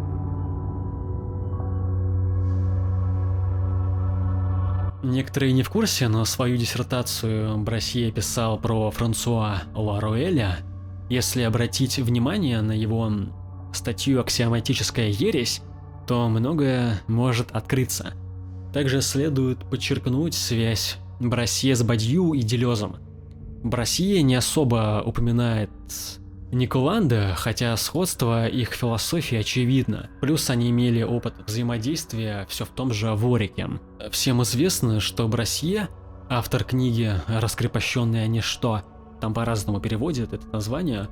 Некоторые не в курсе, но свою диссертацию Брассье писал про Франсуа Ларуэля. Если обратить внимание на его статью «Аксиоматическая ересь», то многое может открыться. Также следует подчеркнуть связь Брассье с Бадью и Делезом. Брассье не особо упоминает Николанда, хотя сходство их философии очевидно. Плюс они имели опыт взаимодействия все в том же Ворике. Всем известно, что Брассье, автор книги «Раскрепощенное ничто», там по-разному переводят это название,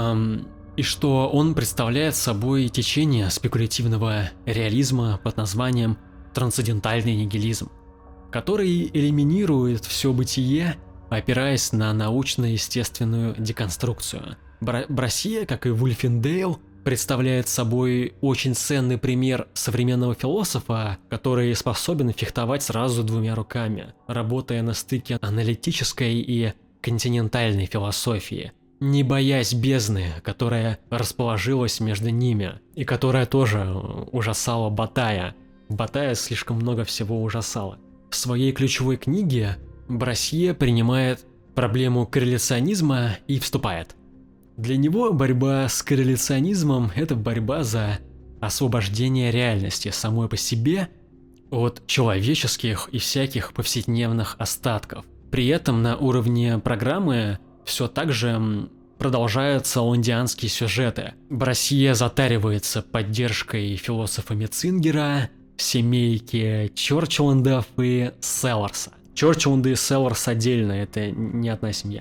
и что он представляет собой течение спекулятивного реализма под названием трансцендентальный нигилизм, который элиминирует все бытие, опираясь на научно-естественную деконструкцию. Брассье, как и Вульфендейл, представляет собой очень ценный пример современного философа, который способен фехтовать сразу двумя руками, работая на стыке аналитической и континентальной философии, не боясь бездны, которая расположилась между ними, и которая тоже ужасала Батая. Батая слишком много всего ужасала. В своей ключевой книге Брассье принимает проблему корреляционизма и вступает. Для него борьба с корреляционизмом – это борьба за освобождение реальности самой по себе от человеческих и всяких повседневных остатков. При этом на уровне программы все так же продолжаются лондианские сюжеты. Брассье затаривается поддержкой философами Цингера, семейки Чорчландов и Селларса. Чорчланд и Селларс отдельно, это не одна семья.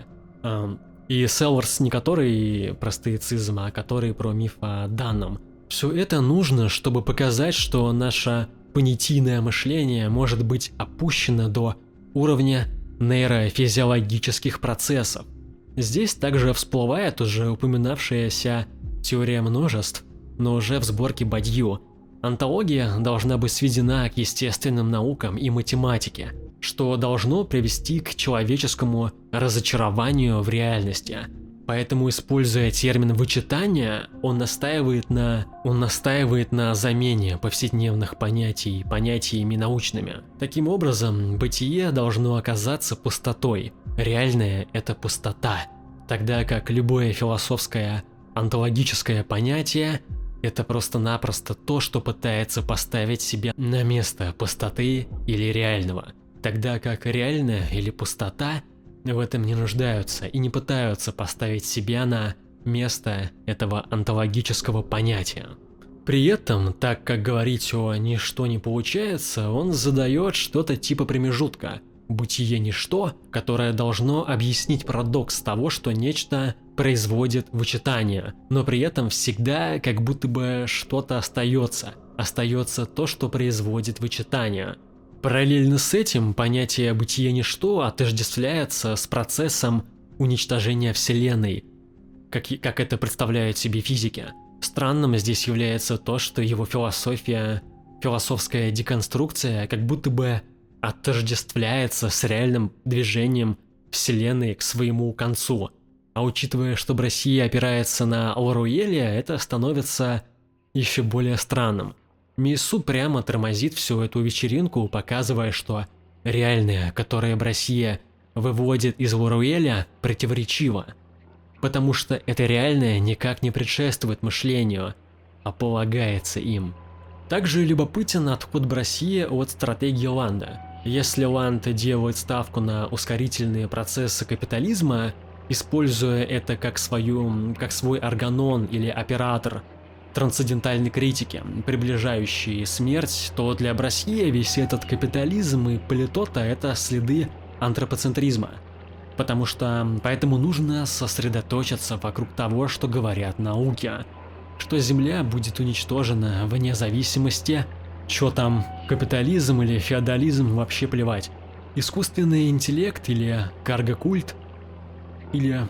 И Селларс не который про стоицизм, а который про миф о данном. Все это нужно, чтобы показать, что наше понятийное мышление может быть опущено до уровня нейрофизиологических процессов. Здесь также всплывает уже упоминавшаяся теория множеств, но уже в сборке Бадью. Онтология должна быть сведена к естественным наукам и математике, что должно привести к человеческому разочарованию в реальности. Поэтому, используя термин «вычитание», он настаивает на замене повседневных понятий понятиями научными. Таким образом, бытие должно оказаться пустотой. Реальное – это пустота. Тогда как любое философское онтологическое понятие – это просто-напросто то, что пытается поставить себя на место пустоты или реального. Тогда как реальное или пустота в этом не нуждаются и не пытаются поставить себя на место этого онтологического понятия. При этом, так как говорить о ничто не получается, он задает что-то типа промежутка. Бытие ничто, которое должно объяснить парадокс того, что нечто производит вычитание, но при этом всегда как будто бы что-то остается. Остается то, что производит вычитание. Параллельно с этим понятие бытие-ничто отождествляется с процессом уничтожения Вселенной, как это представляют себе физики. Странным здесь является то, что его философская деконструкция как будто бы отождествляется с реальным движением Вселенной к своему концу. А учитывая, что Россия опирается на Ларуэля, это становится еще более странным. Миссу прямо тормозит всю эту вечеринку, показывая, что реальное, которое Россия выводит из Ларуэля, противоречиво. Потому что это реальное никак не предшествует мышлению, а полагается им. Также любопытен отход Брассия от стратегии Ланда. Если Ланд делает ставку на ускорительные процессы капитализма, используя это как свой органон или оператор трансцендентальной критики, приближающей смерть, то для Брассия весь этот капитализм и политота – это следы антропоцентризма. Поэтому нужно сосредоточиться вокруг того, что говорят науки, что Земля будет уничтожена вне зависимости, что там капитализм или феодализм, вообще плевать. Искусственный интеллект или карго-культ, или…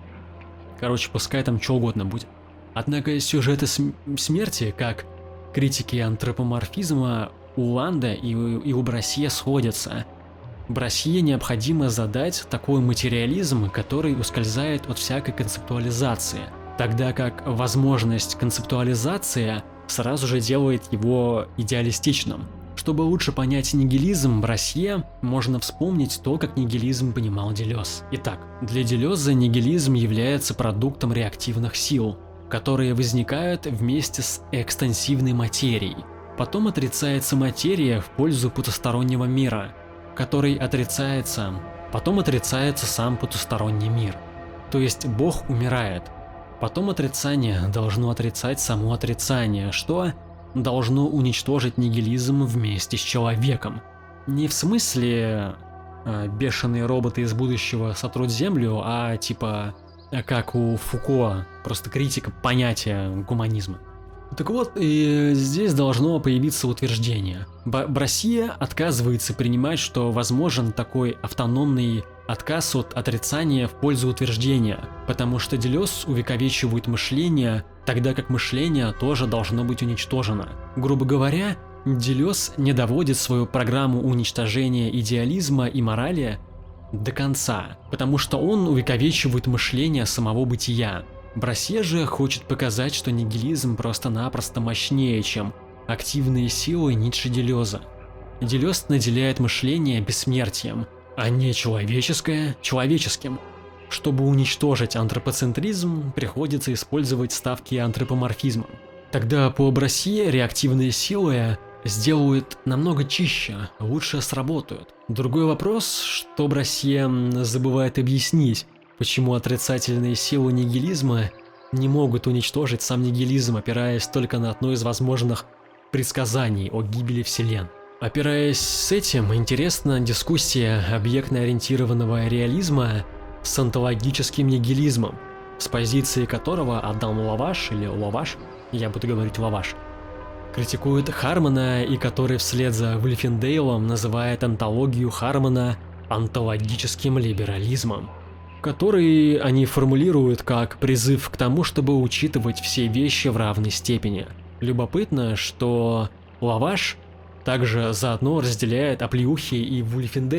короче, пускай там что угодно будет. Однако сюжеты смерти, как критики антропоморфизма, у Ланда и у Брассия сходятся. Брассия необходимо задать такой материализм, который ускользает от всякой концептуализации, тогда как возможность концептуализации сразу же делает его идеалистичным. Чтобы лучше понять нигилизм Брассия, можно вспомнить то, как нигилизм понимал Делез. Итак, для Делеза нигилизм является продуктом реактивных сил, которые возникают вместе с экстенсивной материей. Потом отрицается материя в пользу потустороннего мира, который отрицается. Потом отрицается сам потусторонний мир. То есть Бог умирает. Потом отрицание должно отрицать само отрицание, что должно уничтожить нигилизм вместе с человеком. Не в смысле бешеные роботы из будущего сотрут Землю, а типа как у Фуко, просто критика понятия гуманизма. Так вот, и здесь должно появиться утверждение. Брассия отказывается принимать, что возможен такой автономный отказ от отрицания в пользу утверждения, потому что Делез увековечивает мышление, тогда как мышление тоже должно быть уничтожено. Грубо говоря, Делез не доводит свою программу уничтожения идеализма и морали до конца, потому что он увековечивает мышление самого бытия. Брассия же хочет показать, что нигилизм просто-напросто мощнее, чем активные силы Ницше-Делеза. Делез наделяет мышление бессмертием, а не человеческое человеческим. Чтобы уничтожить антропоцентризм, приходится использовать ставки антропоморфизма. Тогда по Брассии реактивные силы сделают намного чище, лучше сработают. Другой вопрос, что Брассия забывает объяснить, почему отрицательные силы нигилизма не могут уничтожить сам нигилизм, опираясь только на одно из возможных предсказаний о гибели Вселенной. Опираясь с этим, интересна дискуссия объектно-ориентированного реализма с онтологическим нигилизмом, с позиции которого Адам Лаваш, или Лаваш, я буду говорить Лаваш, критикует Хармана и который вслед за Вульфендейлом называет онтологию Хармана онтологическим либерализмом, который они формулируют как призыв к тому, чтобы учитывать все вещи в равной степени. Любопытно, что Лаваш также заодно разделяет оплеухи и Вульфендейлу.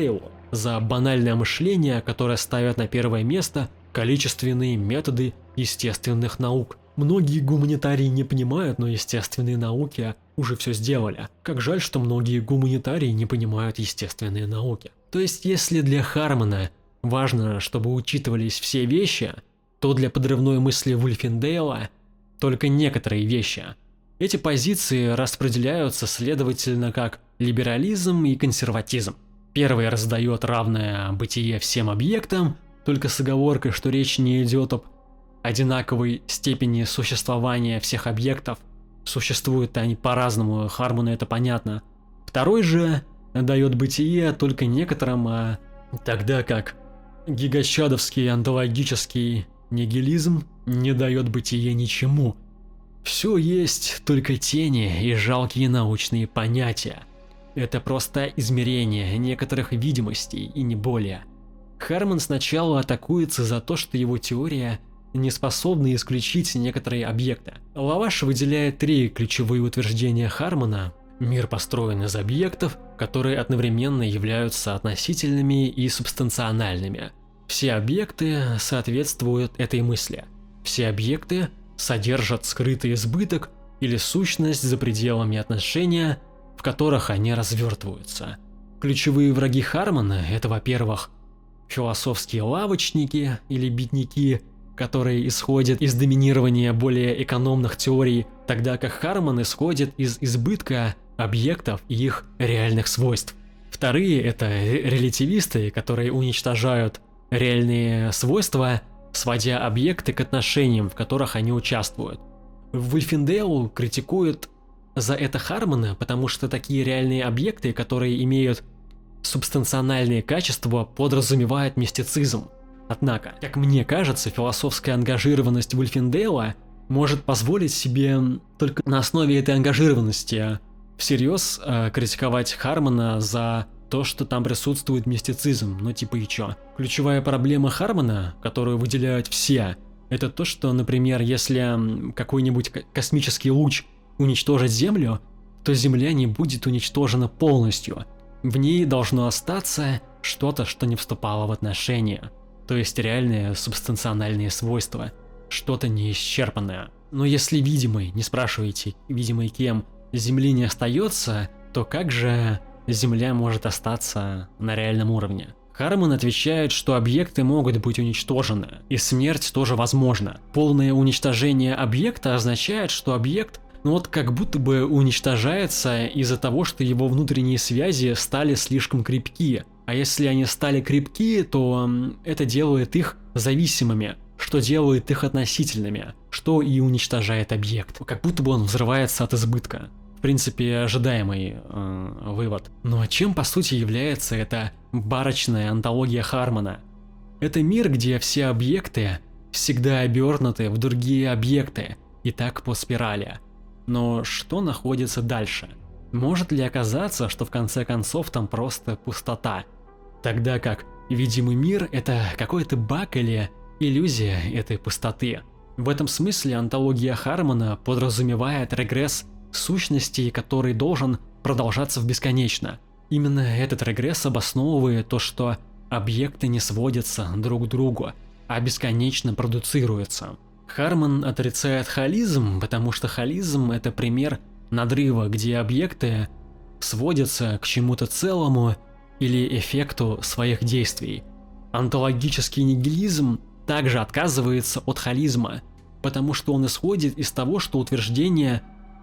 за банальное мышление, которое ставит на первое место количественные методы естественных наук. Многие гуманитарии не понимают, но естественные науки уже все сделали. Как жаль, что многие гуманитарии не понимают естественные науки. То есть, если для Хармона важно, чтобы учитывались все вещи, то для подрывной мысли Вульфендейла только некоторые вещи. Эти позиции распределяются, следовательно, как либерализм и консерватизм. Первый раздает равное бытие всем объектам, только с оговоркой, что речь не идет об одинаковой степени существования всех объектов. Существуют они по-разному, Хармону это понятно. Второй же дает бытие только некоторым, тогда как гигачадовский онтологический нигилизм не дает бытие ничему. Все есть только тени и жалкие научные понятия. Это просто измерение некоторых видимостей и не более. Хармон сначала атакуется за то, что его теория не способна исключить некоторые объекты. Лаваш выделяет 3 ключевые утверждения Хармона. Мир построен из объектов, которые одновременно являются относительными и субстанциональными. Все объекты соответствуют этой мысли. Все объекты содержат скрытый избыток или сущность за пределами отношения, в которых они развертываются. Ключевые враги Хармона – это, во-первых, философские лавочники или бедняки, которые исходят из доминирования более экономных теорий, тогда как Хармон исходит из избытка объектов и их реальных свойств. Вторые – это релятивисты, которые уничтожают реальные свойства, сводя объекты к отношениям, в которых они участвуют. Вульфендейл критикует за это Хармона, потому что такие реальные объекты, которые имеют субстанциональные качества, подразумевают мистицизм. Однако, как мне кажется, философская ангажированность Вульфендейла может позволить себе только на основе этой ангажированности всерьез критиковать Хармона за то, что там присутствует мистицизм, ну типа и чё. Ключевая проблема Хармона, которую выделяют все, это то, что, например, если какой-нибудь космический луч уничтожит Землю, то Земля не будет уничтожена полностью. В ней должно остаться что-то, что не вступало в отношения, то есть реальные субстанциональные свойства, что-то неисчерпанное. Но если видимый, не спрашивайте, видимый кем, Земли не остается, то как же Земля может остаться на реальном уровне? Хармон отвечает, что объекты могут быть уничтожены, и смерть тоже возможна. Полное уничтожение объекта означает, что объект как будто бы уничтожается из-за того, что его внутренние связи стали слишком крепки. А если они стали крепки, то это делает их зависимыми, что делает их относительными, что и уничтожает объект. Как будто бы он взрывается от избытка. В принципе, ожидаемый вывод. Но чем по сути является эта барочная онтология Хармона? Это мир, где все объекты всегда обернуты в другие объекты, и так по спирали. Но что находится дальше? Может ли оказаться, что в конце концов там просто пустота? Тогда как видимый мир – это какой-то баг или иллюзия этой пустоты. В этом смысле онтология Хармона подразумевает регресс сущности, который должен продолжаться в бесконечно. Именно этот регресс обосновывает то, что объекты не сводятся друг к другу, а бесконечно продуцируются. Хармон отрицает холизм, потому что холизм – это пример надрыва, где объекты сводятся к чему-то целому или эффекту своих действий. Онтологический нигилизм также отказывается от холизма, потому что он исходит из того, что утверждение,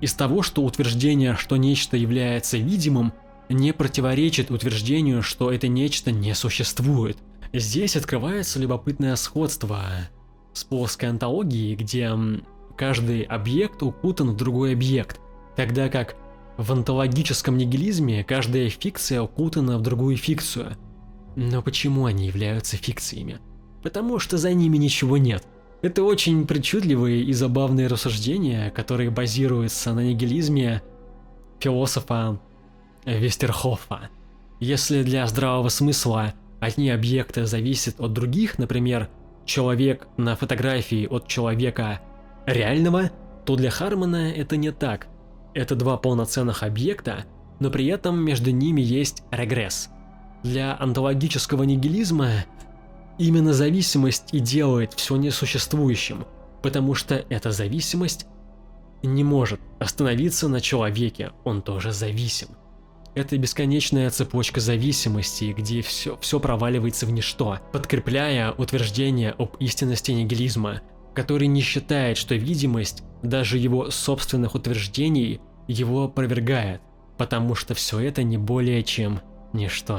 что нечто является видимым, не противоречит утверждению, что это нечто не существует. Здесь открывается любопытное сходство с плоской онтологией, где каждый объект укутан в другой объект, тогда как в онтологическом нигилизме каждая фикция укутана в другую фикцию. Но почему они являются фикциями? Потому что за ними ничего нет. Это очень причудливые и забавные рассуждения, которые базируются на нигилизме философа Вестерхофа. Если для здравого смысла одни объекты зависят от других, например, человек на фотографии от человека реального, то для Хармона это не так. Это два полноценных объекта, но при этом между ними есть регресс. Для онтологического нигилизма именно зависимость и делает все несуществующим, потому что эта зависимость не может остановиться на человеке, он тоже зависим. Это бесконечная цепочка зависимости, где все проваливается в ничто, подкрепляя утверждение об истинности нигилизма, который не считает, что видимость даже его собственных утверждений его опровергает, потому что все это не более чем ничто.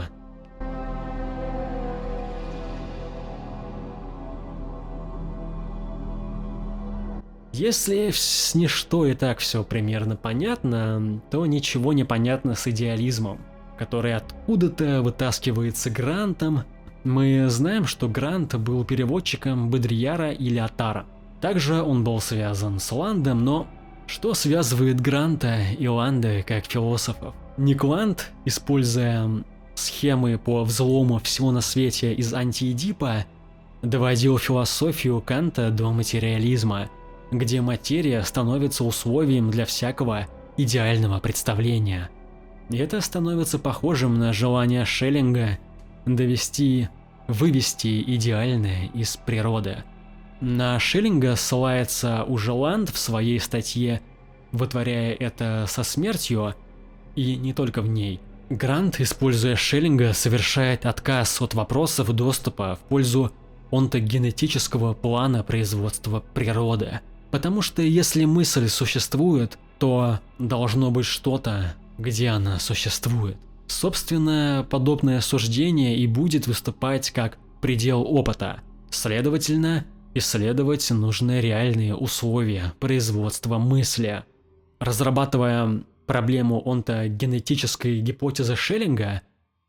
Если с ничто и так все примерно понятно, то ничего не понятно с идеализмом, который откуда-то вытаскивается Грантом. Мы знаем, что Грант был переводчиком Бодрияра и Леотара. Также он был связан с Ландом, но что связывает Гранта и Ланда как философов? Ник Ланд, используя схемы по взлому всего на свете из антиэдипа, доводил философию Канта до материализма, где материя становится условием для всякого идеального представления. И это становится похожим на желание Шеллинга вывести идеальное из природы. На Шеллинга ссылается уже Ланд в своей статье, вытворяя это со смертью, и не только в ней. Грант, используя Шеллинга, совершает отказ от вопросов доступа в пользу онтогенетического плана производства природы. Потому что если мысль существует, то должно быть что-то, где она существует. Собственно, подобное суждение и будет выступать как предел опыта. Следовательно, исследовать нужны реальные условия производства мысли. Разрабатывая проблему онтогенетической гипотезы Шеллинга,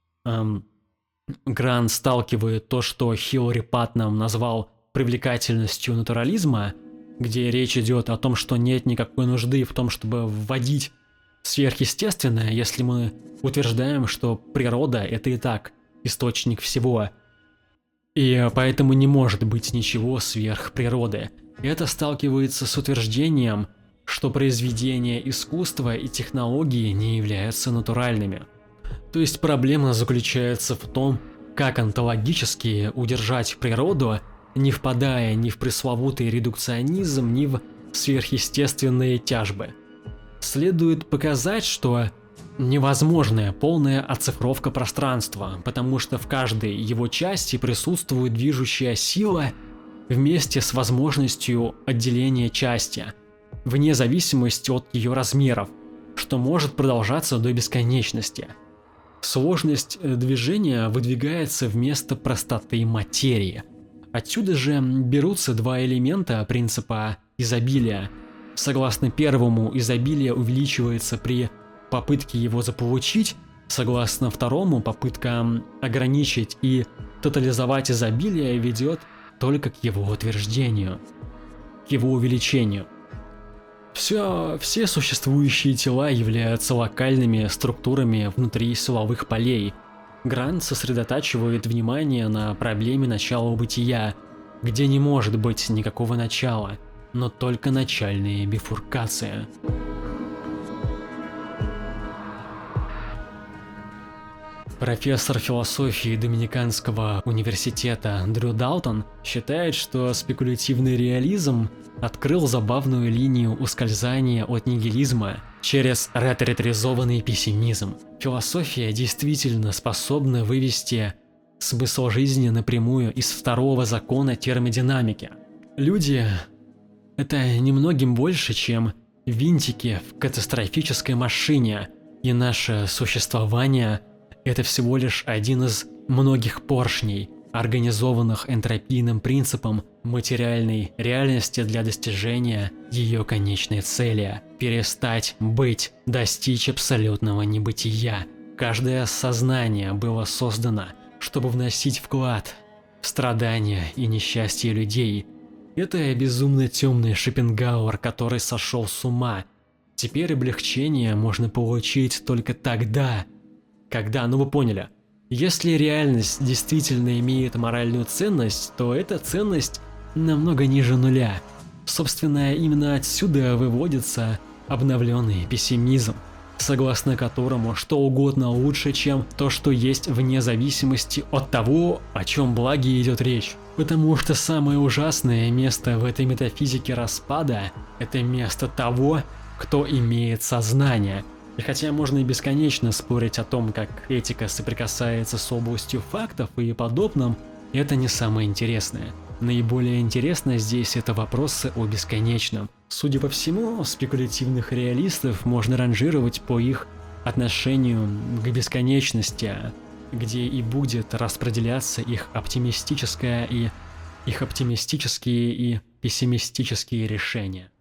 Грант сталкивает то, что Хилари Патнам назвал привлекательностью натурализма, где речь идет о том, что нет никакой нужды в том, чтобы вводить сверхъестественное, если мы утверждаем, что природа — это и так источник всего, и поэтому не может быть ничего сверх природы. Это сталкивается с утверждением, что произведения искусства и технологии не являются натуральными. То есть проблема заключается в том, как онтологически удержать природу, не впадая ни в пресловутый редукционизм, ни в сверхъестественные тяжбы. Следует показать, что невозможная полная оцифровка пространства, потому что в каждой его части присутствует движущая сила вместе с возможностью отделения части, вне зависимости от ее размеров, что может продолжаться до бесконечности. Сложность движения выдвигается вместо простоты материи. Отсюда же берутся два элемента принципа изобилия. Согласно первому, изобилие увеличивается при попытке его заполучить, согласно второму, попытка ограничить и тотализовать изобилие ведет только к его утверждению, к его увеличению. Все существующие тела являются локальными структурами внутри силовых полей. Грант сосредотачивает внимание на проблеме начала бытия, где не может быть никакого начала, но только начальная бифуркация. Профессор философии Доминиканского университета Дрю Далтон считает, что спекулятивный реализм открыл забавную линию ускользания от нигилизма через ретротризованный пессимизм. Философия действительно способна вывести смысл жизни напрямую из второго закона термодинамики. Люди — это немногим больше, чем винтики в катастрофической машине, и наше существование — это всего лишь один из многих поршней, организованных энтропийным принципом материальной реальности для достижения ее конечной цели – перестать быть, достичь абсолютного небытия. Каждое сознание было создано, чтобы вносить вклад в страдания и несчастье людей. Это безумно темный Шопенгауэр, который сошел с ума. Теперь облегчение можно получить только тогда, когда, ну вы поняли, если реальность действительно имеет моральную ценность, то эта ценность намного ниже нуля. Собственно, именно отсюда выводится обновленный пессимизм. согласно которому что угодно лучше, чем то, что есть, вне зависимости от того, о чем благе идет речь. Потому что самое ужасное место в этой метафизике распада – это место того, кто имеет сознание. И хотя можно и бесконечно спорить о том, как этика соприкасается с областью фактов и подобным, это не самое интересное. Наиболее интересно здесь это вопросы о бесконечном. Судя по всему, спекулятивных реалистов можно ранжировать по их отношению к бесконечности, где и будет распределяться их оптимистические и пессимистические решения.